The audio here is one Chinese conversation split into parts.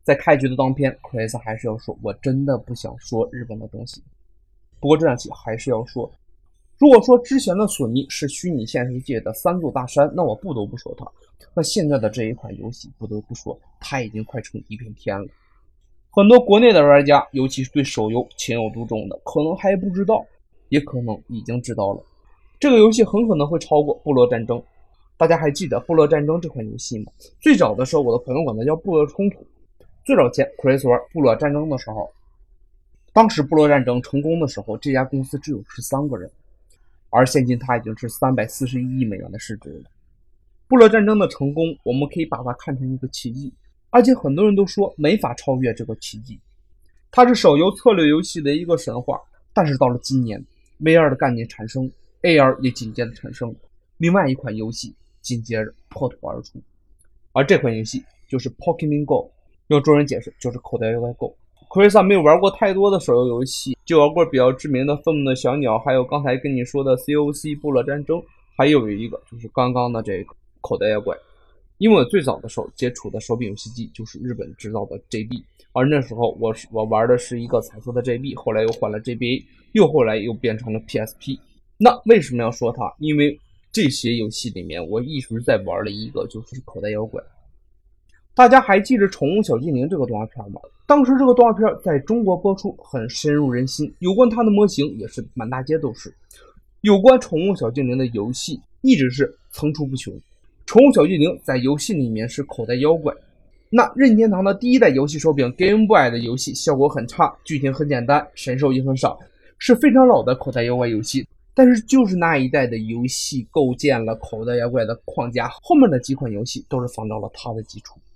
在开局的当篇 Chris 还是要说，我真的不想说日本的东西。不过这两期还是要说，如果说之前的索尼是虚拟现实界的三座大山，那我不得不说它。那现在的这一款游戏，不得不说，它已经快成一片天了。很多国内的玩家，尤其是对手游情有独钟的，可能还不知道，也可能已经知道了。这个游戏很可能会超过《部落战争》。大家还记得《部落战争》这款游戏吗？最早的时候，我的朋友管它叫《部落冲突》。最早前 Chris 玩《部落战争》的时候，当时《部落战争》成功的时候，这家公司只有13个人，而现今它已经是341亿美元的市值了。部落战争的成功，我们可以把它看成一个奇迹，而且很多人都说没法超越这个奇迹。它是手游策略游戏的一个神话，但是到了今年 VR 的概念产生， AR 也紧接着产生，另外一款游戏紧接着破土而出，而这款游戏就是 Pokémon Go， 用中文解释就是口袋妖怪 Go。 Chris 没有玩过太多的手游游戏，就玩过比较知名的愤怒的小鸟，还有刚才跟你说的 COC 部落战争，还有一个就是刚刚的这个口袋妖怪。因为我最早的时候接触的手柄游戏机就是日本制造的 JB， 而那时候我玩的是一个彩色的 JB， 后来又换了 GBA， 又后来又变成了 PSP。 那为什么要说它？因为这些游戏里面我一直在玩的一个就是口袋妖怪。大家还记得宠物小精灵这个动画片吗？当时这个动画片在中国播出，很深入人心，有关它的模型也是满大街都是，有关宠物小精灵的游戏一直是层出不穷。宠物小精灵在游戏里面是口袋妖怪，那任天堂的第一代游戏手柄 Game Boy 的游戏效果很差，剧情很简单，神兽也很少，是非常老的口袋妖怪游戏。但是就是那一代的游戏构建了口袋妖怪的框架，后面的几款游戏都是仿照了它的基础。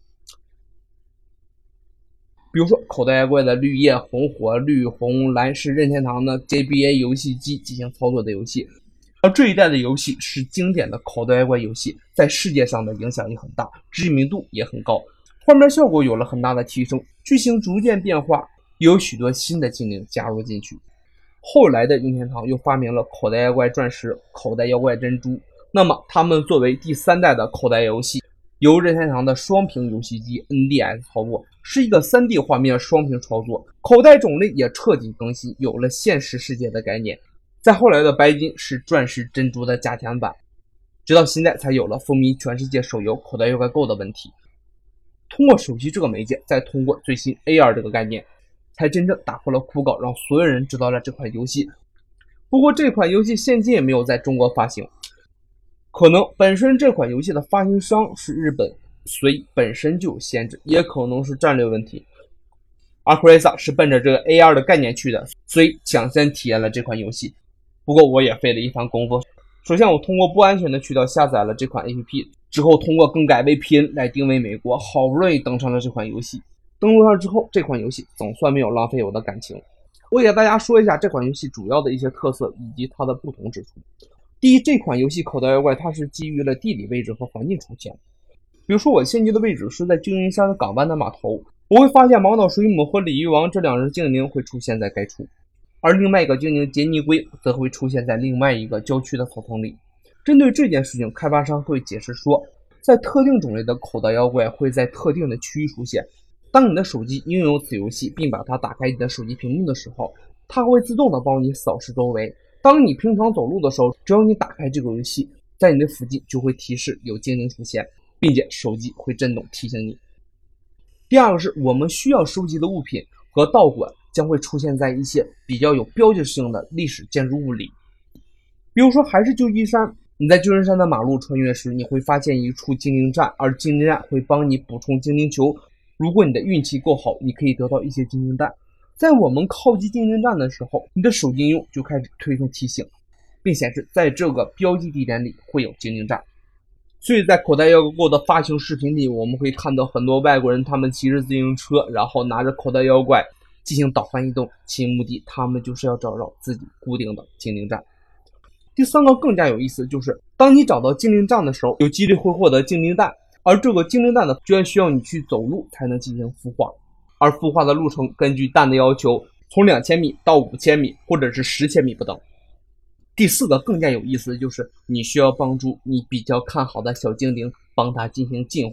比如说口袋妖怪的绿叶红火绿红蓝是任天堂的 GBA 游戏机进行操作的游戏，而这一代的游戏是经典的口袋妖怪游戏，在世界上的影响力很大，知名度也很高，画面效果有了很大的提升，剧情逐渐变化，有许多新的精灵加入进去。后来的任天堂又发明了口袋妖怪钻石、口袋妖怪珍珠，那么他们作为第3代的口袋游戏，由任天堂的双屏游戏机 NDS 操作，是一个 3D 画面双屏操作，口袋种类也彻底更新，有了现实世界的概念。再后来的白金是钻石珍珠的加强版，直到现在才有了风靡全世界手游口袋妖怪 Go 的问题。通过手机这个媒介，再通过最新 AR 这个概念，才真正打破了枯槁，让所有人知道了这款游戏。不过这款游戏现今也没有在中国发行，可能本身这款游戏的发行商是日本，所以本身就有限制，也可能是战略问题。而 Chris 是奔着这个 AR 的概念去的，所以抢先体验了这款游戏。不过我也费了一番功夫，首先我通过不安全的渠道下载了这款 APP， 之后通过更改 VPN 来定位美国，好不容易登上了这款游戏。登录上之后，这款游戏总算没有浪费我的感情。我给大家说一下这款游戏主要的一些特色以及它的不同之处。第一，这款游戏口袋妖怪它是基于了地理位置和环境出现。比如说我现在的位置是在旧金山港湾的码头，我会发现毛脑水母和鲤鱼王这2只精灵会出现在该处，而另外一个精灵杰尼龟则会出现在另外一个郊区的草丛里。针对这件事情，开发商会解释说，在特定种类的口袋妖怪会在特定的区域出现，当你的手机拥有此游戏并把它打开你的手机屏幕的时候，它会自动的帮你扫视周围。当你平常走路的时候，只要你打开这个游戏，在你的附近就会提示有精灵出现，并且手机会震动提醒你。第二个是我们需要收集的物品和道馆将会出现在一些比较有标志性的历史建筑物里。比如说还是旧金山，你在旧金山的马路穿越时，你会发现一处精灵站，而精灵站会帮你补充精灵球，如果你的运气够好，你可以得到一些精灵蛋。在我们靠近精灵站的时候，你的手机应用就开始推送提醒，并显示在这个标记地点里会有精灵站。所以在口袋妖怪 Go 的发行视频里，我们会看到很多外国人他们骑着自行车，然后拿着口袋妖怪进行导航移动，其目的他们就是要找到自己固定的精灵站。第3个更加有意思，就是当你找到精灵站的时候，有几率会获得精灵蛋，而这个精灵蛋呢，居然需要你去走路才能进行孵化，而孵化的路程根据蛋的要求，从2000米到5000米，或者是10千米不等。第4个更加有意思的就是，你需要帮助你比较看好的小精灵，帮它进行进化，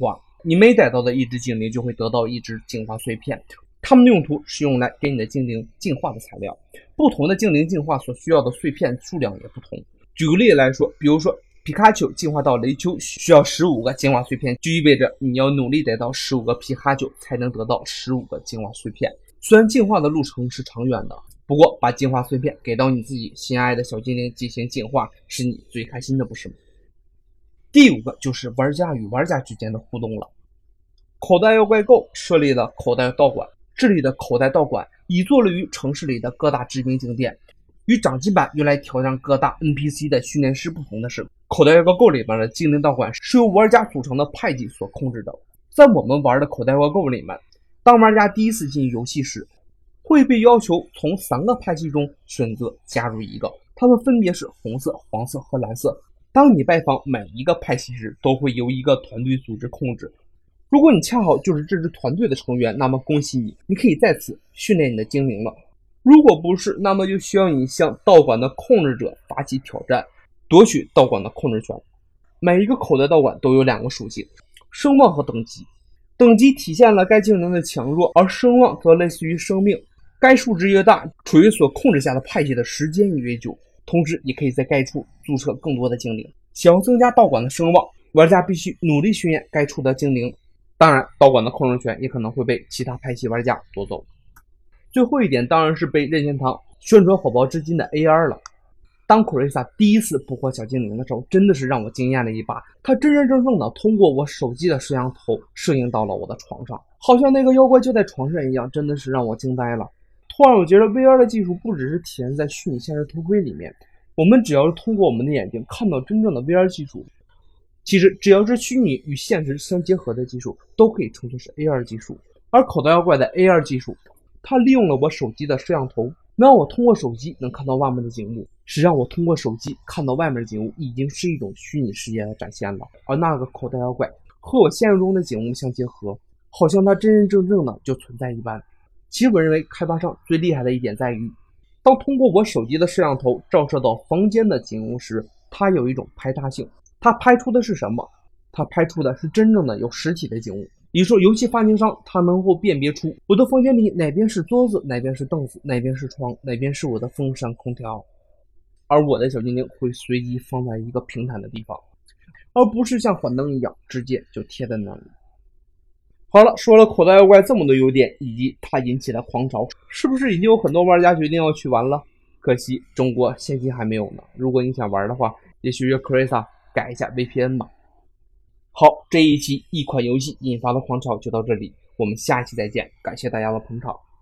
你每逮到的一只精灵就会得到一只进化碎片，它们的用途是用来给你的精灵进化的材料。不同的精灵进化所需要的碎片数量也不同。举个例来说，比如说皮卡丘进化到雷丘需要15个进化碎片，就意味着你要努力逮到15个皮卡丘才能得到15个进化碎片。虽然进化的路程是长远的，不过把进化碎片给到你自己心爱的小精灵进行进化，是你最开心的，不是吗？第5个就是玩家与玩家之间的互动了。口袋妖怪 GO 设立了口袋道馆，这里的口袋道馆已坐落于城市里的各大知名景点。与掌机版用来挑战各大 NPC 的训练师不同的是，口袋妖怪 GO 里边的精灵道馆是由玩家组成的派系所控制的。在我们玩的口袋妖怪 GO 里面，当玩家第一次进入游戏时，会被要求从3个派系中选择加入一个，它们分别是红色、黄色和蓝色。当你拜访每一个派系时，都会由一个团队组织控制。如果你恰好就是这支团队的成员，那么恭喜你，你可以在此训练你的精灵了。如果不是，那么就需要你向道馆的控制者发起挑战，夺取道馆的控制权。每一个口袋道馆都有2个属性，声望和等级。等级体现了该精灵的强弱，而声望则类似于生命。该数值越大，处于所控制下的派系的时间也越久。同时也可以在该处注册更多的精灵。想要增加道馆的声望，玩家必须努力训练该处的精灵。当然，道馆的控制权也可能会被其他派系玩家夺走。最后一点当然是被任天堂宣传火爆至今的 AR 了。当库瑞萨第一次捕获小精灵的时候，真的是让我惊艳了一把。他真真正正的通过我手机的摄像头摄影到了我的床上，好像那个妖怪就在床上一样，真的是让我惊呆了。突然我觉得 VR 的技术不只是体现在虚拟现实头盔里面，我们只要是通过我们的眼睛看到真正的 VR 技术，其实只要是虚拟与现实相结合的技术，都可以称作是 AR 技术。而口袋妖怪的 AR 技术，它利用了我手机的摄像头，能让我通过手机能看到外面的景物。实际上我通过手机看到外面的景物已经是一种虚拟世界的展现了，而那个口袋妖怪和我现实中的景物相结合，好像它真真正正的就存在一般。其实我认为开发商最厉害的一点在于，当通过我手机的摄像头照射到房间的景物时，它有一种排他性。它拍出的是什么？它拍出的是真正的有实体的景物。也就是说，游戏发行商它能够辨别出我的房间里哪边是桌子，哪边是凳子，哪边是床，哪边是我的风扇空调。而我的小精灵会随机放在一个平坦的地方，而不是像幻灯一样直接就贴在那里。好了，说了口袋妖怪这么多优点，以及它引起的狂潮，是不是已经有很多玩家决定要去玩了？可惜中国现金还没有呢。如果你想玩的话，也许约 Krisa 改一下 VPN 吧。好，这一期一款游戏引发的狂潮就到这里，我们下一期再见，感谢大家的捧场。